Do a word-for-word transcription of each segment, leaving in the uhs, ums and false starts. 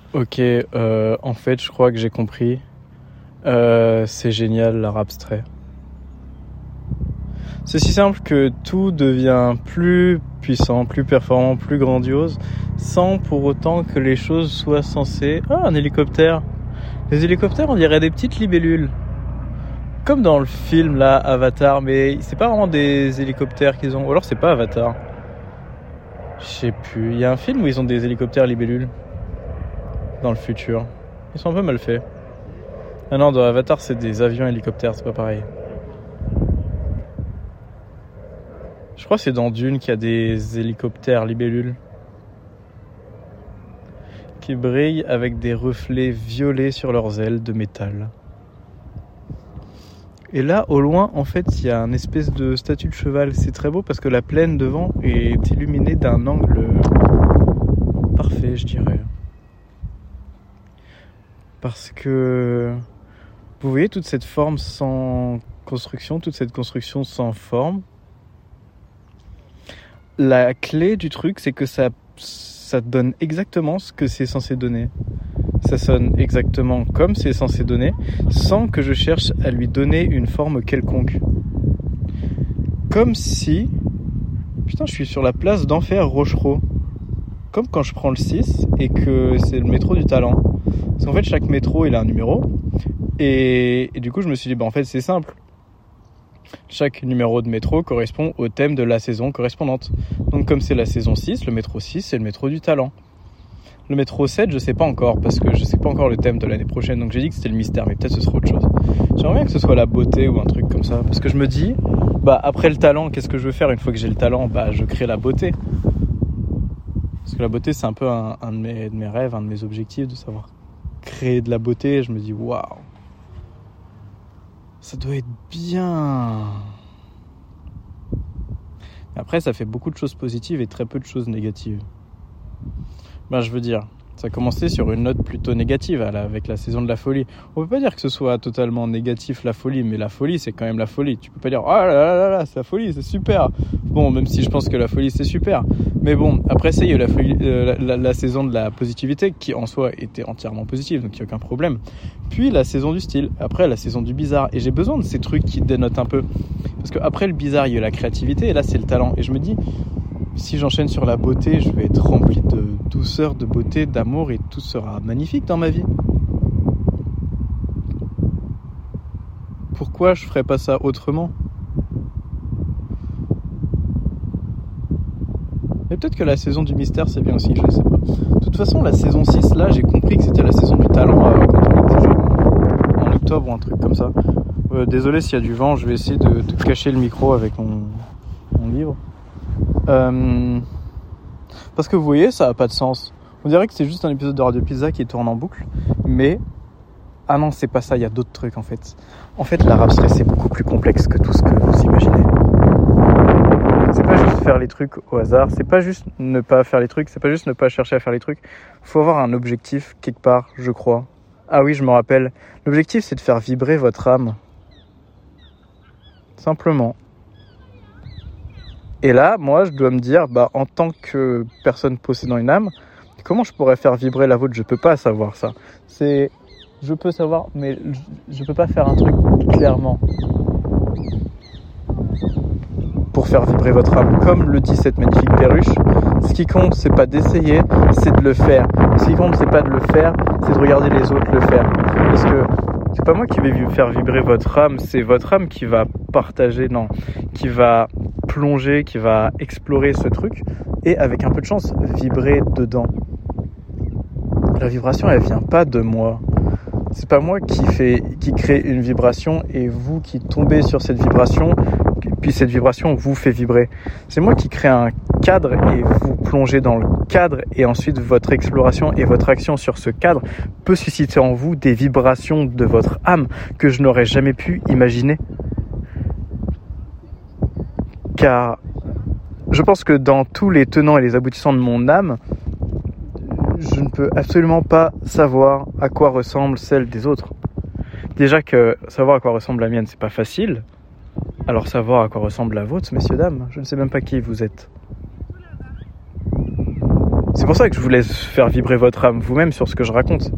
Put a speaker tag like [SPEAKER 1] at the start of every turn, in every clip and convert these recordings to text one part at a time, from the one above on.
[SPEAKER 1] Ok, euh, en fait, je crois que j'ai compris. Euh, c'est génial, l'art abstrait. C'est si simple que tout devient plus puissant, plus performant, plus grandiose, sans pour autant que les choses soient censées... Ah, un hélicoptère. Les hélicoptères, on dirait des petites libellules. Comme dans le film, là, Avatar, mais c'est pas vraiment des hélicoptères qu'ils ont. Ou alors c'est pas Avatar. Je sais plus. Il y a un film où ils ont des hélicoptères libellules. Dans le futur. Ils sont un peu mal faits. Ah non, dans Avatar, c'est des avions hélicoptères, c'est pas pareil. Je crois que c'est dans Dune qu'il y a des hélicoptères libellules qui brillent avec des reflets violets sur leurs ailes de métal. Et là, au loin, en fait, il y a une espèce de statue de cheval. C'est très beau parce que la plaine devant est illuminée d'un angle parfait, je dirais. Parce que vous voyez toute cette forme sans construction, toute cette construction sans forme. La clé du truc, c'est que ça, ça donne exactement ce que c'est censé donner. Ça sonne exactement comme c'est censé donner, sans que je cherche à lui donner une forme quelconque. Comme si... Putain, je suis sur la place d'Enfer Rochereau. Comme quand je prends le six et que c'est le métro du talent. Parce qu'en fait, chaque métro, il a un numéro. Et, et du coup, je me suis dit, bah en fait, c'est simple. Chaque numéro de métro correspond au thème de la saison correspondante. Donc comme c'est la saison six, le métro six, c'est le métro du talent. Le métro sept, je sais pas encore, parce que je sais pas encore le thème de l'année prochaine. Donc j'ai dit que c'était le mystère, mais peut-être ce sera autre chose. J'aimerais bien que ce soit la beauté ou un truc comme ça. Parce que je me dis, bah après le talent, qu'est-ce que je veux faire une fois que j'ai le talent? Bah je crée la beauté. Parce que la beauté, c'est un peu un, un de, mes, de mes rêves, un de mes objectifs, de savoir créer de la beauté. Et je me dis, waouh, ça doit être bien. Après, ça fait beaucoup de choses positives et très peu de choses négatives. Ben, je veux dire, ça a commencé sur une note plutôt négative là, avec la saison de la folie. On peut pas dire que ce soit totalement négatif la folie, mais la folie, c'est quand même la folie. Tu peux pas dire, oh là là là là, c'est la folie, c'est super. Bon, même si je pense que la folie, c'est super. Mais bon, après ça, il y a eu la, folie, euh, la, la, la saison de la positivité, qui en soi était entièrement positive, donc il n'y a aucun problème. Puis la saison du style, après la saison du bizarre. Et j'ai besoin de ces trucs qui dénotent un peu. Parce qu'après le bizarre, il y a eu la créativité, et là, c'est le talent. Et je me dis, si j'enchaîne sur la beauté, je vais être rempli de douceur, de beauté, d'amour, et tout sera magnifique dans ma vie. Pourquoi je ferais pas ça autrement? Mais peut-être que la saison du mystère, c'est bien aussi, je ne sais pas. De toute façon, la saison six, là, j'ai compris que c'était la saison du talent euh, quand on était jeune, en octobre ou un truc comme ça. Euh, désolé s'il y a du vent, je vais essayer de, de cacher le micro avec mon, mon livre. Euh, parce que vous voyez, ça n'a pas de sens. On dirait que c'est juste un épisode de Radio Pizza qui tourne en boucle, mais... Ah non, c'est pas ça, il y a d'autres trucs en fait. En fait, l'art abstrait, c'est beaucoup plus complexe que tout ce que vous imaginez. C'est pas juste faire les trucs au hasard, c'est pas juste ne pas faire les trucs, c'est pas juste ne pas chercher à faire les trucs. Faut avoir un objectif quelque part, je crois. Ah oui, je me rappelle. L'objectif, c'est de faire vibrer votre âme. Simplement. Et là, moi, je dois me dire, bah, en tant que personne possédant une âme, comment je pourrais faire vibrer la vôtre? Je peux pas savoir ça. C'est... Je peux savoir, mais je peux pas faire un truc clairement pour faire vibrer votre âme. Comme le dit cette magnifique perruche, ce qui compte, c'est pas d'essayer, c'est de le faire. Ce qui compte, c'est pas de le faire, c'est de regarder les autres le faire. Parce que c'est pas moi qui vais faire vibrer votre âme, c'est votre âme qui va partager, non, qui va plonger, qui va explorer ce truc et avec un peu de chance, vibrer dedans. La vibration, elle vient pas de moi. C'est pas moi qui fait, qui crée une vibration et vous qui tombez sur cette vibration, puis cette vibration vous fait vibrer. C'est moi qui crée un cadre et vous plongez dans le cadre et ensuite votre exploration et votre action sur ce cadre peut susciter en vous des vibrations de votre âme que je n'aurais jamais pu imaginer. Car je pense que dans tous les tenants et les aboutissants de mon âme, je ne peux absolument pas savoir à quoi ressemble celle des autres. Déjà que savoir à quoi ressemble la mienne, c'est pas facile. Alors savoir à quoi ressemble la vôtre, messieurs, dames, je ne sais même pas qui vous êtes. C'est pour ça que je vous laisse faire vibrer votre âme vous-même sur ce que je raconte.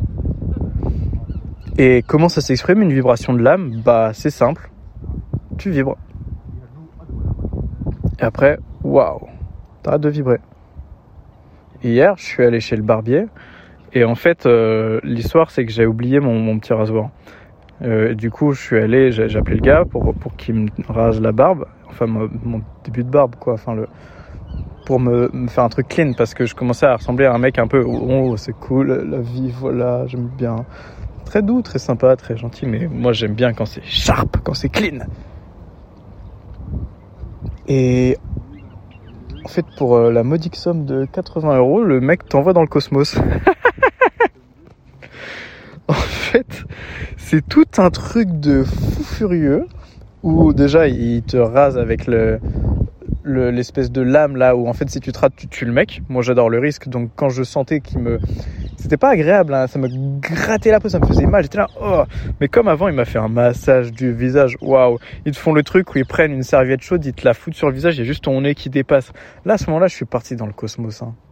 [SPEAKER 1] Et comment ça s'exprime une vibration de l'âme ? Bah c'est simple, tu vibres. Et après, waouh, t'arrêtes de vibrer. Hier, je suis allé chez le barbier et en fait, euh, l'histoire c'est que j'ai oublié mon, mon petit rasoir. Euh, du coup, je suis allé, j'ai, j'ai appelé le gars pour, pour qu'il me rase la barbe, enfin mon, mon début de barbe quoi, enfin le, pour me, me faire un truc clean parce que je commençais à ressembler à un mec un peu, oh c'est cool, la vie, voilà, j'aime bien. Très doux, très sympa, très gentil, mais moi j'aime bien quand c'est sharp, quand c'est clean. Et en fait, pour euh, la modique somme de quatre-vingts euros, le mec t'envoie dans le cosmos. En fait, c'est tout un truc de fou furieux où déjà il te rase avec le, le l'espèce de lame là où en fait si tu te rates tu tues le mec. Moi j'adore le risque, donc quand je sentais qu'il me, c'était pas agréable, hein, ça me grattait la peau, ça me faisait mal, j'étais là, oh. Mais comme avant il m'a fait un massage du visage, waouh. Ils te font le truc où ils prennent une serviette chaude, ils te la foutent sur le visage, il y a juste ton nez qui dépasse. Là à ce moment-là je suis parti dans le cosmos, hein.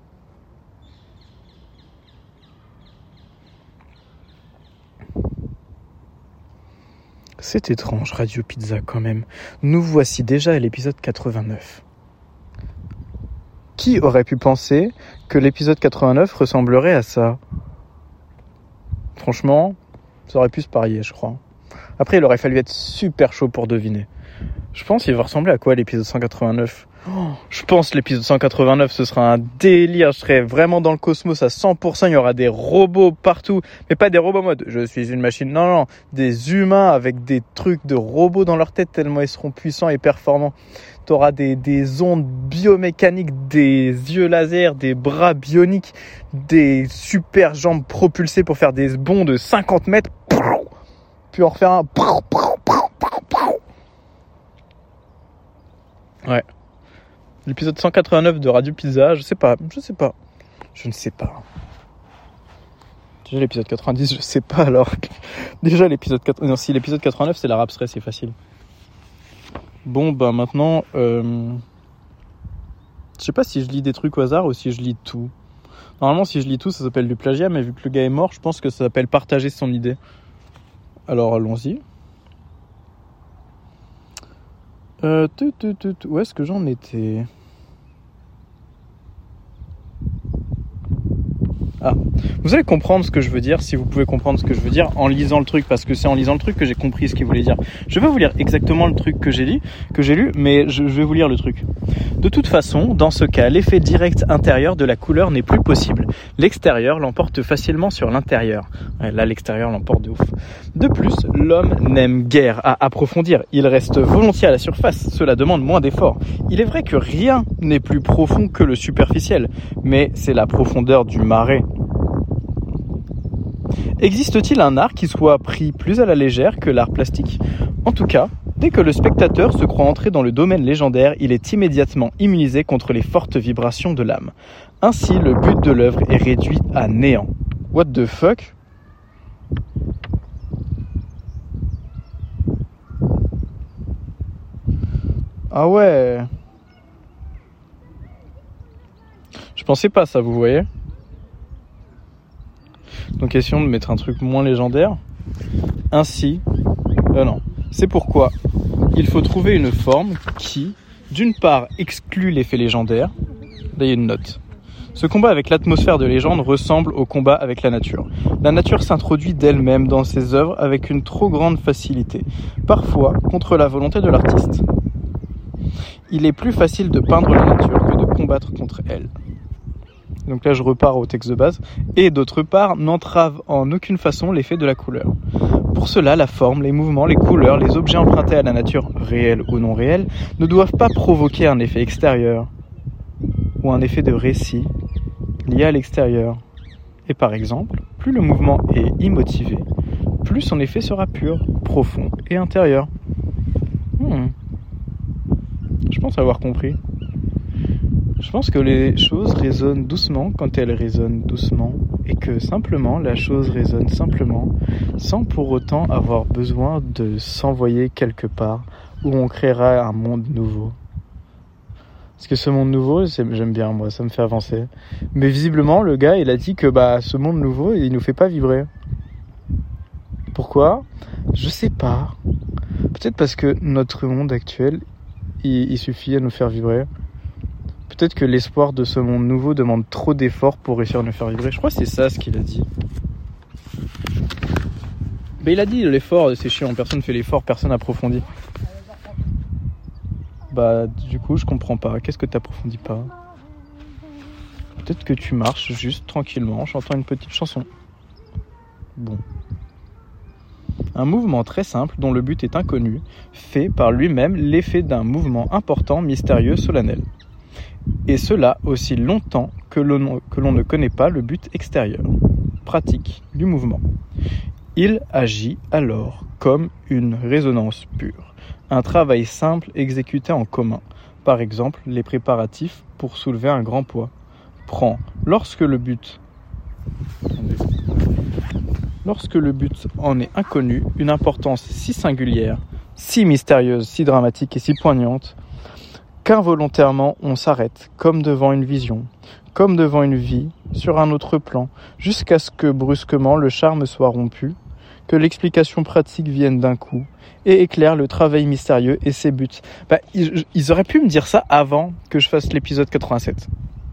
[SPEAKER 1] C'est étrange, Radio Pizza quand même. Nous voici déjà à l'épisode quatre-vingt-neuf. Qui aurait pu penser que l'épisode quatre-vingt-neuf ressemblerait à ça ? Franchement, ça aurait pu se parier, je crois. Après, il aurait fallu être super chaud pour deviner. Je pense qu'il va ressembler à quoi l'épisode cent quatre-vingt-neuf ? Oh, je pense que l'épisode cent quatre-vingt-neuf, ce sera un délire. Je serai vraiment dans le cosmos à cent pour cent. Il y aura des robots partout. Mais pas des robots mode je suis une machine. Non, non, des humains avec des trucs de robots dans leur tête tellement ils seront puissants et performants. Tu auras des, des ondes biomécaniques, des yeux laser, des bras bioniques, des super jambes propulsées pour faire des bonds de cinquante mètres. Puis en refaire un... Ouais. L'épisode cent quatre-vingt-neuf de Radio Pizza, je sais pas, je sais pas, je ne sais pas. Déjà l'épisode quatre-vingt-dix, je sais pas alors. Déjà l'épisode quatre... non, si l'épisode quatre-vingt-neuf c'est la rapserie, c'est facile. Bon bah maintenant, euh... je sais pas si je lis des trucs au hasard ou si je lis tout. Normalement si je lis tout ça s'appelle du plagiat, mais vu que le gars est mort, je pense que ça s'appelle partager son idée. Alors allons-y. Euh, tout, tout, tout, tout. Où est-ce que j'en étais ? Ah, vous allez comprendre ce que je veux dire, si vous pouvez comprendre ce que je veux dire en lisant le truc, parce que c'est en lisant le truc que j'ai compris ce qu'il voulait dire. Je vais pas vous lire exactement le truc que j'ai lu, que j'ai lu, mais je, je vais vous lire le truc. De toute façon, dans ce cas, l'effet direct intérieur de la couleur n'est plus possible. L'extérieur l'emporte facilement sur l'intérieur. Ouais, là, l'extérieur l'emporte de ouf. De plus, l'homme n'aime guère à approfondir. Il reste volontiers à la surface. Cela demande moins d'efforts. Il est vrai que rien n'est plus profond que le superficiel, mais c'est la profondeur du marais. Existe-t-il un art qui soit pris plus à la légère que l'art plastique ? En tout cas, dès que le spectateur se croit entrer dans le domaine légendaire, il est immédiatement immunisé contre les fortes vibrations de l'âme. Ainsi, le but de l'œuvre est réduit à néant. What the fuck ? Ah ouais. Je pensais pas ça, vous voyez ? Donc essayons de mettre un truc moins légendaire. Ainsi, euh non, c'est pourquoi il faut trouver une forme qui, d'une part, exclut l'effet légendaire. Là, il y a une note. Ce combat avec l'atmosphère de légende ressemble au combat avec la nature. La nature s'introduit d'elle-même dans ses œuvres avec une trop grande facilité, parfois contre la volonté de l'artiste. Il est plus facile de peindre la nature que de combattre contre elle. Donc là, je repars au texte de base. Et d'autre part, n'entrave en aucune façon l'effet de la couleur. Pour cela, la forme, les mouvements, les couleurs, les objets empruntés à la nature, réels ou non réels, ne doivent pas provoquer un effet extérieur ou un effet de récit lié à l'extérieur. Et par exemple, plus le mouvement est immotivé, plus son effet sera pur, profond et intérieur. Hmm. Je pense avoir compris. Je pense que les choses résonnent doucement quand elles résonnent doucement et que simplement la chose résonne simplement sans pour autant avoir besoin de s'envoyer quelque part où on créera un monde nouveau. Parce que ce monde nouveau, c'est, j'aime bien, moi, ça me fait avancer. Mais visiblement, le gars, il a dit que bah, ce monde nouveau, il nous fait pas vibrer. Pourquoi ? Je sais pas. Peut-être parce que notre monde actuel, il, il suffit à nous faire vibrer. Peut-être que l'espoir de ce monde nouveau demande trop d'efforts pour réussir à nous faire vibrer. Je crois que c'est ça ce qu'il a dit. Mais il a dit l'effort, c'est chiant, personne fait l'effort, personne approfondit. Bah du coup je comprends pas, qu'est-ce que t'approfondis pas ? Peut-être que tu marches juste tranquillement en chantant une petite chanson. Bon. Un mouvement très simple dont le but est inconnu fait par lui-même l'effet d'un mouvement important, mystérieux, solennel. Et cela aussi longtemps que l'on, que l'on ne connaît pas le but extérieur, pratique du mouvement. Il agit alors comme une résonance pure, un travail simple exécuté en commun. Par exemple, les préparatifs pour soulever un grand poids prend, lorsque le but, lorsque le but en est inconnu, une importance si singulière, si mystérieuse, si dramatique et si poignante, qu'involontairement on s'arrête, comme devant une vision, comme devant une vie, sur un autre plan, jusqu'à ce que brusquement le charme soit rompu, que l'explication pratique vienne d'un coup, et éclaire le travail mystérieux et ses buts. Bah, ils, ils auraient pu me dire ça avant que je fasse l'épisode quatre-vingt-sept.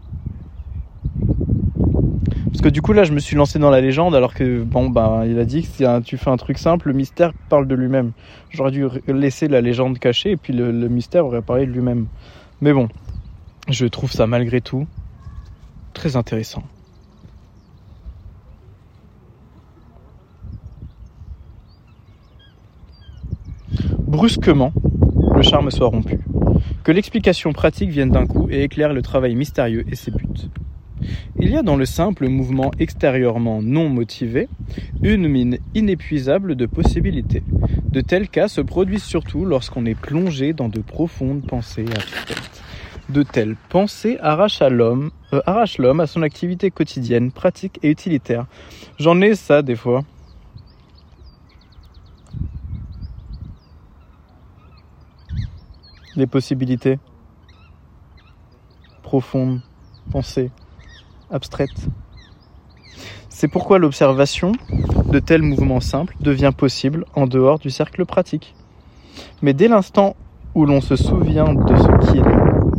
[SPEAKER 1] Parce que du coup là je me suis lancé dans la légende alors que bon bah il a dit que si un, tu fais un truc simple, le mystère parle de lui-même. J'aurais dû laisser la légende cachée et puis le, le mystère aurait parlé de lui-même. Mais bon, je trouve ça malgré tout très intéressant. Brusquement, le charme soit rompu. Que l'explication pratique vienne d'un coup et éclaire le travail mystérieux et ses buts. Il y a dans le simple mouvement extérieurement non motivé une mine inépuisable de possibilités. De tels cas se produisent surtout lorsqu'on est plongé dans de profondes pensées abstraites. De telles pensées arrachent, à l'homme, euh, arrachent l'homme à son activité quotidienne, pratique et utilitaire. J'en ai ça des fois. Les possibilités profondes, pensées abstraite. C'est pourquoi l'observation de tels mouvements simples devient possible en dehors du cercle pratique. Mais dès l'instant où l'on se souvient de ce qu'il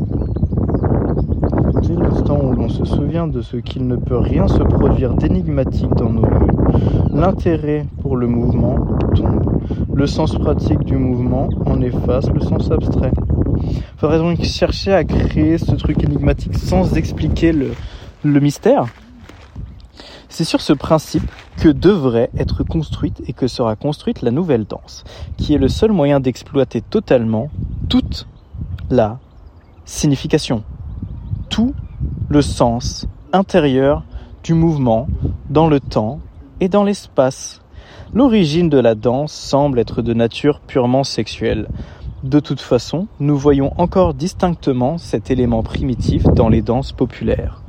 [SPEAKER 1] dès l'instant où l'on se souvient de ce qu'il ne peut rien se produire d'énigmatique dans nos rues, l'intérêt pour le mouvement tombe. Le sens pratique du mouvement en efface le sens abstrait. Faudrait donc chercher à créer ce truc énigmatique sans expliquer le Le mystère. C'est sur ce principe que devrait être construite et que sera construite la nouvelle danse, qui est le seul moyen d'exploiter totalement toute la signification, tout le sens intérieur du mouvement dans le temps et dans l'espace. L'origine de la danse semble être de nature purement sexuelle. De toute façon, nous voyons encore distinctement cet élément primitif dans les danses populaires.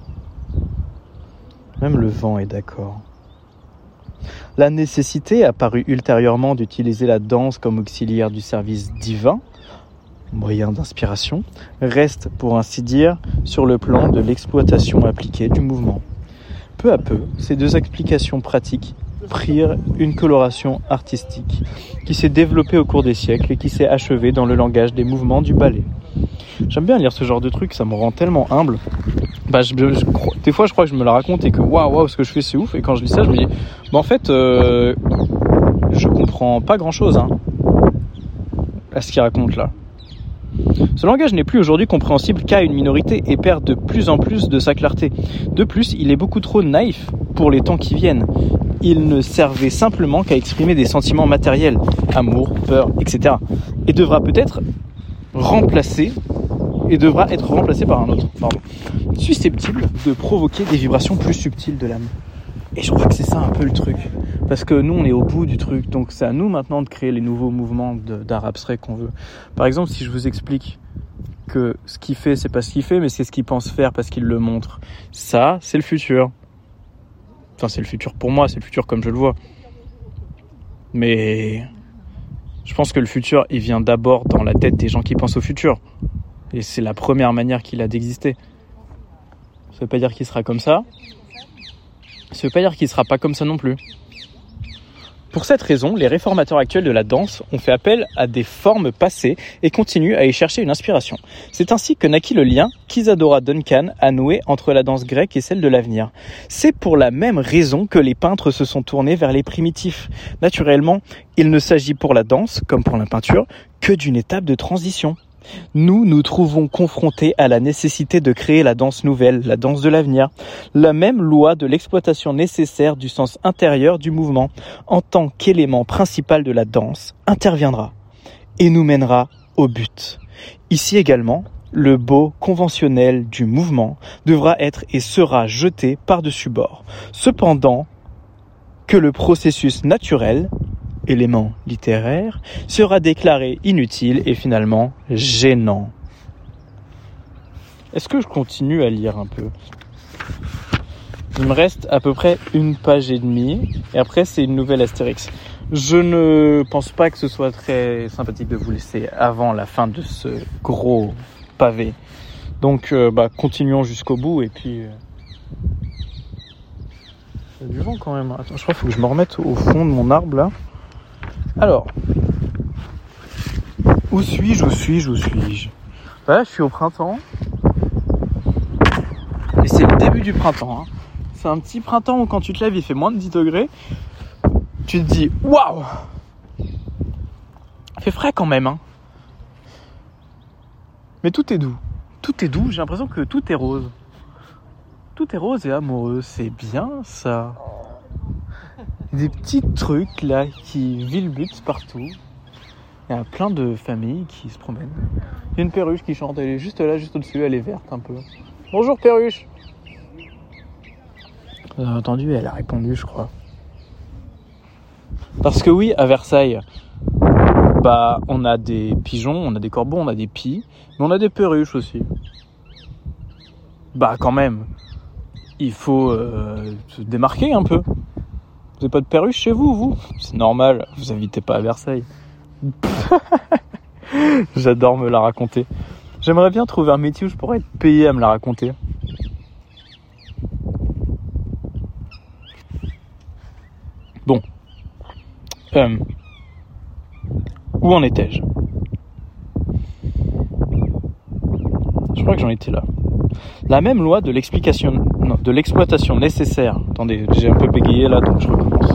[SPEAKER 1] Même le vent est d'accord. La nécessité apparut ultérieurement d'utiliser la danse comme auxiliaire du service divin, moyen d'inspiration, reste pour ainsi dire sur le plan de l'exploitation appliquée du mouvement. Peu à peu, ces deux explications pratiques prirent une coloration artistique qui s'est développée au cours des siècles et qui s'est achevée dans le langage des mouvements du ballet. J'aime bien lire ce genre de trucs, ça me rend tellement humble. Bah, je, je, je, des fois, je crois que je me la raconte et que waouh, waouh, ce que je fais, c'est ouf. Et quand je lis ça, je me dis, bah, en fait, euh, je comprends pas grand chose hein, à ce qu'il raconte là. Ce langage n'est plus aujourd'hui compréhensible qu'à une minorité et perd de plus en plus de sa clarté. De plus, il est beaucoup trop naïf pour les temps qui viennent. Il ne servait simplement qu'à exprimer des sentiments matériels, amour, peur, et cetera. Et devra peut-être remplacer et devra être remplacé par un autre, pardon, susceptible de provoquer des vibrations plus subtiles de l'âme. Et je crois que c'est ça un peu le truc. Parce que nous, on est au bout du truc. Donc c'est à nous maintenant de créer les nouveaux mouvements de, d'art abstrait qu'on veut. Par exemple, si je vous explique que ce qu'il fait, c'est pas ce qu'il fait, mais c'est ce qu'il pense faire parce qu'il le montre. Ça, c'est le futur. Enfin, c'est le futur pour moi, c'est le futur comme je le vois. Mais je pense que le futur, il vient d'abord dans la tête des gens qui pensent au futur. Et c'est la première manière qu'il a d'exister. Ça veut pas dire qu'il sera comme ça. Ça veut pas dire qu'il sera pas comme ça non plus. Pour cette raison, les réformateurs actuels de la danse ont fait appel à des formes passées et continuent à y chercher une inspiration. C'est ainsi que naquit le lien qu'Isadora Duncan a noué entre la danse grecque et celle de l'avenir. C'est pour la même raison que les peintres se sont tournés vers les primitifs. Naturellement, il ne s'agit pour la danse, comme pour la peinture, que d'une étape de transition. Nous nous trouvons confrontés à la nécessité de créer la danse nouvelle, la danse de l'avenir, la même loi de l'exploitation nécessaire du sens intérieur du mouvement, en tant qu'élément principal de la danse, interviendra et nous mènera au but. Ici également, le beau conventionnel du mouvement devra être et sera jeté par-dessus bord. Cependant, que le processus naturel, élément littéraire, sera déclaré inutile et finalement gênant. Est-ce que je continue à lire un peu ? Il me reste à peu près une page et demie, et après c'est une nouvelle Astérix. Je ne pense pas que ce soit très sympathique de vous laisser avant la fin de ce gros pavé. Donc euh, bah, continuons jusqu'au bout, et puis... Euh... Il y a du vent quand même. Attends, je crois qu'il faut que je me remette au fond de mon arbre là. Alors, où suis-je, où suis-je, où suis-je ? Voilà, je suis au printemps. Et c'est le début du printemps. Hein. C'est un petit printemps où quand tu te lèves, il fait moins de dix degrés. Tu te dis, waouh ! Il fait frais quand même. Hein. Mais tout est doux. Tout est doux, j'ai l'impression que tout est rose. Tout est rose et amoureux. C'est bien ça. Des petits trucs là qui vilbutent partout. Il y a plein de familles qui se promènent. Il y a une perruche qui chante, elle est juste là, juste au-dessus, elle est verte un peu. Bonjour perruche. Vous avez entendu, elle a répondu je crois. Parce que oui, à Versailles, bah on a des pigeons, on a des corbeaux, on a des pies, mais on a des perruches aussi. Bah quand même, il faut euh, se démarquer un peu. Vous n'avez pas de perruche chez vous, vous ? C'est normal, vous invitez pas à Versailles. J'adore me la raconter. J'aimerais bien trouver un métier où je pourrais être payé à me la raconter. Bon. Euh, où en étais-je ? Je crois que j'en étais là. La même loi de l'explication, non, de l'exploitation nécessaire. Attendez, j'ai un peu bégayé là, donc je recommence.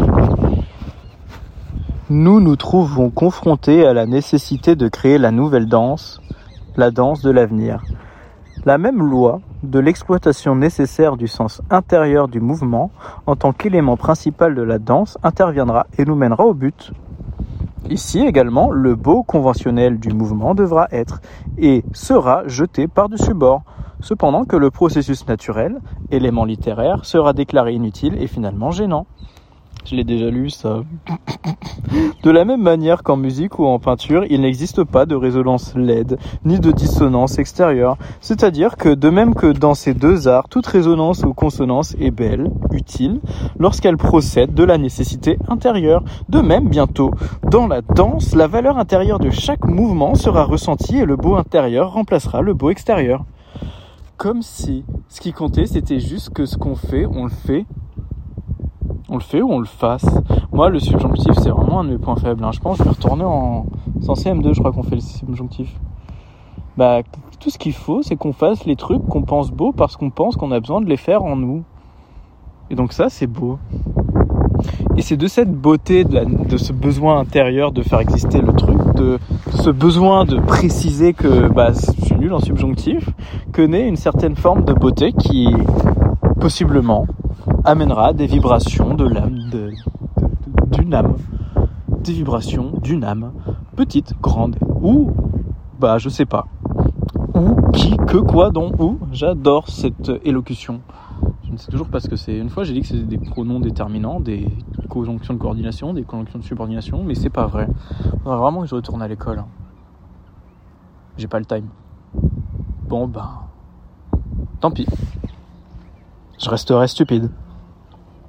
[SPEAKER 1] Nous nous trouvons confrontés à la nécessité de créer la nouvelle danse, la danse de l'avenir. La même loi de l'exploitation nécessaire du sens intérieur du mouvement, en tant qu'élément principal de la danse, interviendra et nous mènera au but. Ici également, le beau conventionnel du mouvement devra être et sera jeté par-dessus bord. Cependant que le processus naturel, élément littéraire, sera déclaré inutile et finalement gênant. Je l'ai déjà lu ça. De la même manière qu'en musique ou en peinture, il n'existe pas de résonance L E D, ni de dissonance extérieure. C'est-à-dire que de même que dans ces deux arts, toute résonance ou consonance est belle, utile, lorsqu'elle procède de la nécessité intérieure. De même, bientôt, dans la danse, la valeur intérieure de chaque mouvement sera ressentie et le beau intérieur remplacera le beau extérieur. Comme si ce qui comptait, c'était juste que ce qu'on fait, on le fait. On le fait ou on le fasse. Moi, le subjonctif, c'est vraiment un de mes points faibles. Hein. Je pense que je vais retourner en... C'est en C M deux, je crois qu'on fait le subjonctif. Bah, tout ce qu'il faut, c'est qu'on fasse les trucs qu'on pense beaux parce qu'on pense qu'on a besoin de les faire en nous. Et donc ça, c'est beau. Et c'est de cette beauté, de, la, de ce besoin intérieur de faire exister le truc, de, de ce besoin de préciser que bah, je suis nul en subjonctif, que naît une certaine forme de beauté qui, possiblement, amènera des vibrations de l'âme, de, de, de, d'une âme. Des vibrations d'une âme, petite, grande, ou, bah je sais pas. Ou, qui, que, quoi, dont, où. J'adore cette élocution. Je ne sais toujours pas ce que c'est. Une fois, j'ai dit que c'était des pronoms déterminants, des conjonctions de coordination, des conjonctions de subordination, mais c'est pas vrai. Il faudrait vraiment que je retourne à l'école. J'ai pas le time. Bon, ben... tant pis. Je resterai stupide.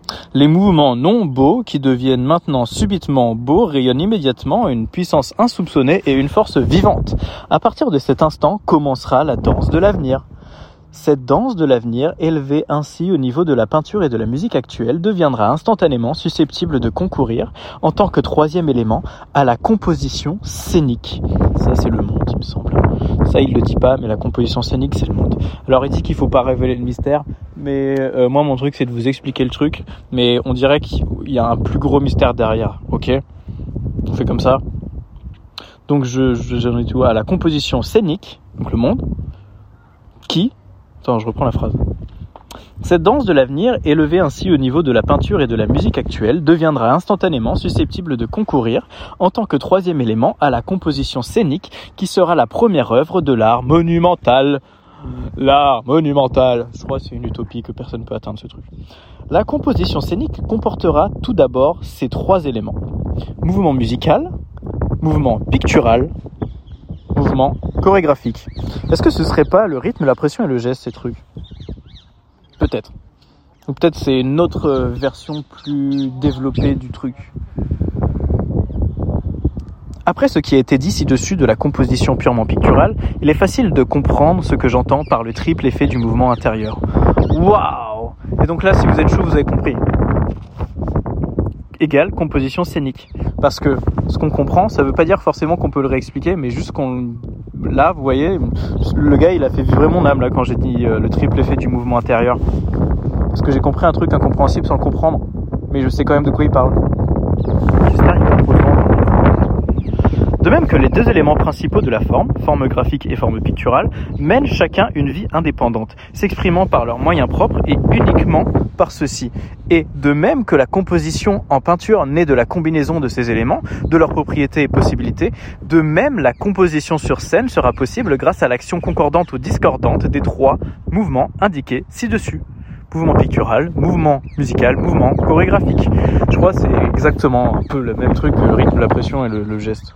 [SPEAKER 1] Les mouvements non beaux qui deviennent maintenant subitement beaux rayonnent immédiatement une puissance insoupçonnée et une force vivante. À partir de cet instant commencera la danse de l'avenir. Cette danse de l'avenir, élevée ainsi au niveau de la peinture et de la musique actuelle, deviendra instantanément susceptible de concourir, en tant que troisième élément, à la composition scénique. Ça, c'est le monde, il me semble. Ça, il le dit pas, mais la composition scénique, c'est le monde. Alors, il dit qu'il faut pas révéler le mystère, mais euh, moi, mon truc, c'est de vous expliquer le truc, mais on dirait qu'il y a un plus gros mystère derrière, ok ? On fait comme ça. Donc, je, je, j'en ai tout à la composition scénique, donc le monde, qui... Attends, je reprends la phrase. Cette danse de l'avenir, élevée ainsi au niveau de la peinture et de la musique actuelle, deviendra instantanément susceptible de concourir, en tant que troisième élément, à la composition scénique, qui sera la première œuvre de l'art monumental. L'art monumental. Je crois que c'est une utopie que personne ne peut atteindre, ce truc. La composition scénique comportera tout d'abord ces trois éléments. Mouvement musical, mouvement pictural, mouvement chorégraphique. Est-ce que ce serait pas le rythme, la pression et le geste, ces trucs ? Peut-être. Ou peut-être c'est une autre version plus développée du truc. Après ce qui a été dit ci-dessus de la composition purement picturale, il est facile de comprendre ce que j'entends par le triple effet du mouvement intérieur. Waouh ! Et donc là, si vous êtes chaud, vous avez compris. Égale composition scénique. Parce que ce qu'on comprend, ça veut pas dire forcément qu'on peut le réexpliquer, mais juste qu'on... Là, vous voyez, le gars, il a fait vibrer mon âme là quand j'ai dit euh, le triple effet du mouvement intérieur. Parce que j'ai compris un truc incompréhensible sans le comprendre, mais je sais quand même de quoi il parle. J'espère qu'il va trop le vendre. De même que les deux éléments principaux de la forme, forme graphique et forme picturale, mènent chacun une vie indépendante, s'exprimant par leurs moyens propres et uniquement par ceux-ci. Et de même que la composition en peinture naît de la combinaison de ces éléments, de leurs propriétés et possibilités, de même la composition sur scène sera possible grâce à l'action concordante ou discordante des trois mouvements indiqués ci-dessus. Mouvement pictural, mouvement musical, mouvement chorégraphique. Je crois que c'est exactement un peu le même truc que le rythme, la pression et le, le geste.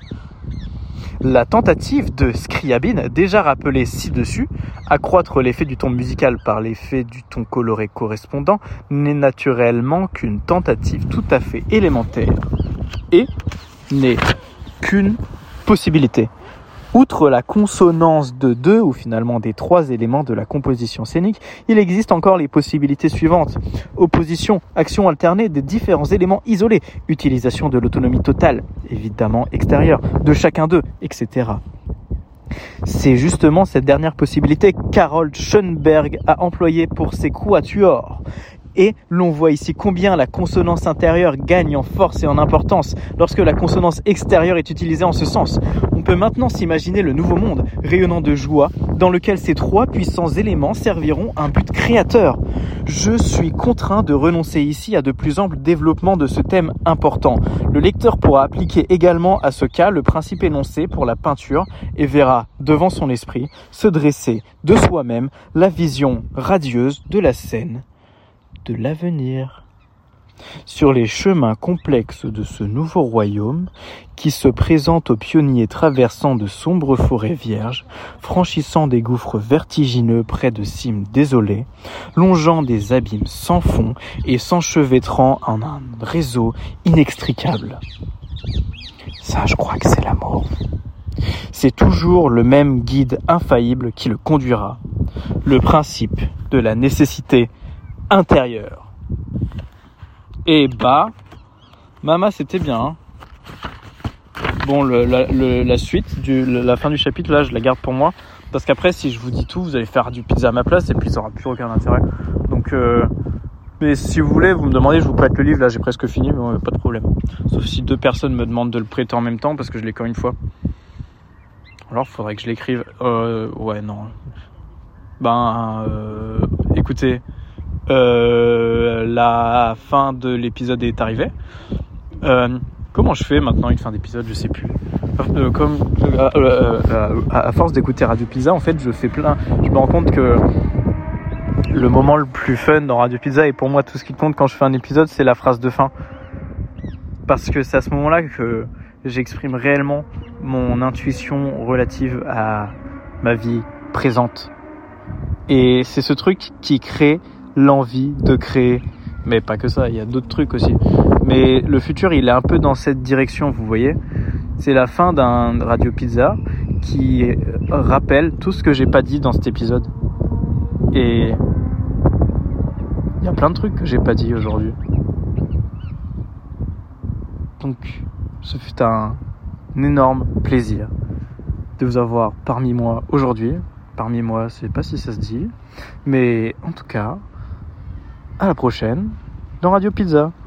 [SPEAKER 1] La tentative de Scriabine, déjà rappelée ci-dessus, accroître l'effet du ton musical par l'effet du ton coloré correspondant, n'est naturellement qu'une tentative tout à fait élémentaire et n'est qu'une possibilité. Outre la consonance de deux, ou finalement des trois éléments de la composition scénique, il existe encore les possibilités suivantes. Opposition, action alternée des différents éléments isolés, utilisation de l'autonomie totale, évidemment extérieure, de chacun d'eux, et cetera. C'est justement cette dernière possibilité qu'Harold Schoenberg a employée pour ses quatuors. Et l'on voit ici combien la consonance intérieure gagne en force et en importance lorsque la consonance extérieure est utilisée en ce sens. On peut maintenant s'imaginer le nouveau monde, rayonnant de joie, dans lequel ces trois puissants éléments serviront un but créateur. Je suis contraint de renoncer ici à de plus amples développements de ce thème important. Le lecteur pourra appliquer également à ce cas le principe énoncé pour la peinture et verra, devant son esprit, se dresser de soi-même la vision radieuse de la scène de l'avenir. Sur les chemins complexes de ce nouveau royaume, qui se présente aux pionniers traversant de sombres forêts vierges, franchissant des gouffres vertigineux près de cimes désolées, longeant des abîmes sans fond et s'enchevêtrant en un réseau inextricable. Ça, je crois que c'est l'amour. C'est toujours le même guide infaillible qui le conduira. Le principe de la nécessité intérieur. Et bah, Mama, c'était bien. Hein. Bon, le, la, le, la suite, du, la fin du chapitre, là, je la garde pour moi. Parce qu'après, si je vous dis tout, vous allez faire du pizza à ma place et puis ça n'aura plus aucun intérêt. Donc, euh, mais si vous voulez, vous me demandez, je vous prête le livre. Là, j'ai presque fini, mais ouais, pas de problème. Sauf si deux personnes me demandent de le prêter en même temps parce que je l'ai qu'une fois. Alors, il faudrait que je l'écrive. Euh, ouais, non. Ben, euh, écoutez. Euh, la fin de l'épisode est arrivée. Euh, comment je fais maintenant une fin d'épisode, je sais plus. Euh, comme euh, euh, euh, à force d'écouter Radio Pizza, en fait, je fais plein. Je me rends compte que le moment le plus fun dans Radio Pizza et pour moi tout ce qui compte quand je fais un épisode, c'est la phrase de fin. Parce que c'est à ce moment-là que j'exprime réellement mon intuition relative à ma vie présente. Et c'est ce truc qui crée l'envie de créer Mais pas que ça, il y a d'autres trucs aussi. Mais le futur, il est un peu dans cette direction, vous voyez. C'est la fin d'un Radio Pizza qui rappelle tout ce que j'ai pas dit dans cet épisode. Et il y a plein de trucs que j'ai pas dit aujourd'hui. Donc, ce fut un énorme plaisir de vous avoir parmi moi aujourd'hui. Parmi moi, je sais pas si ça se dit. Mais en tout cas, à la prochaine dans Radio Pizza.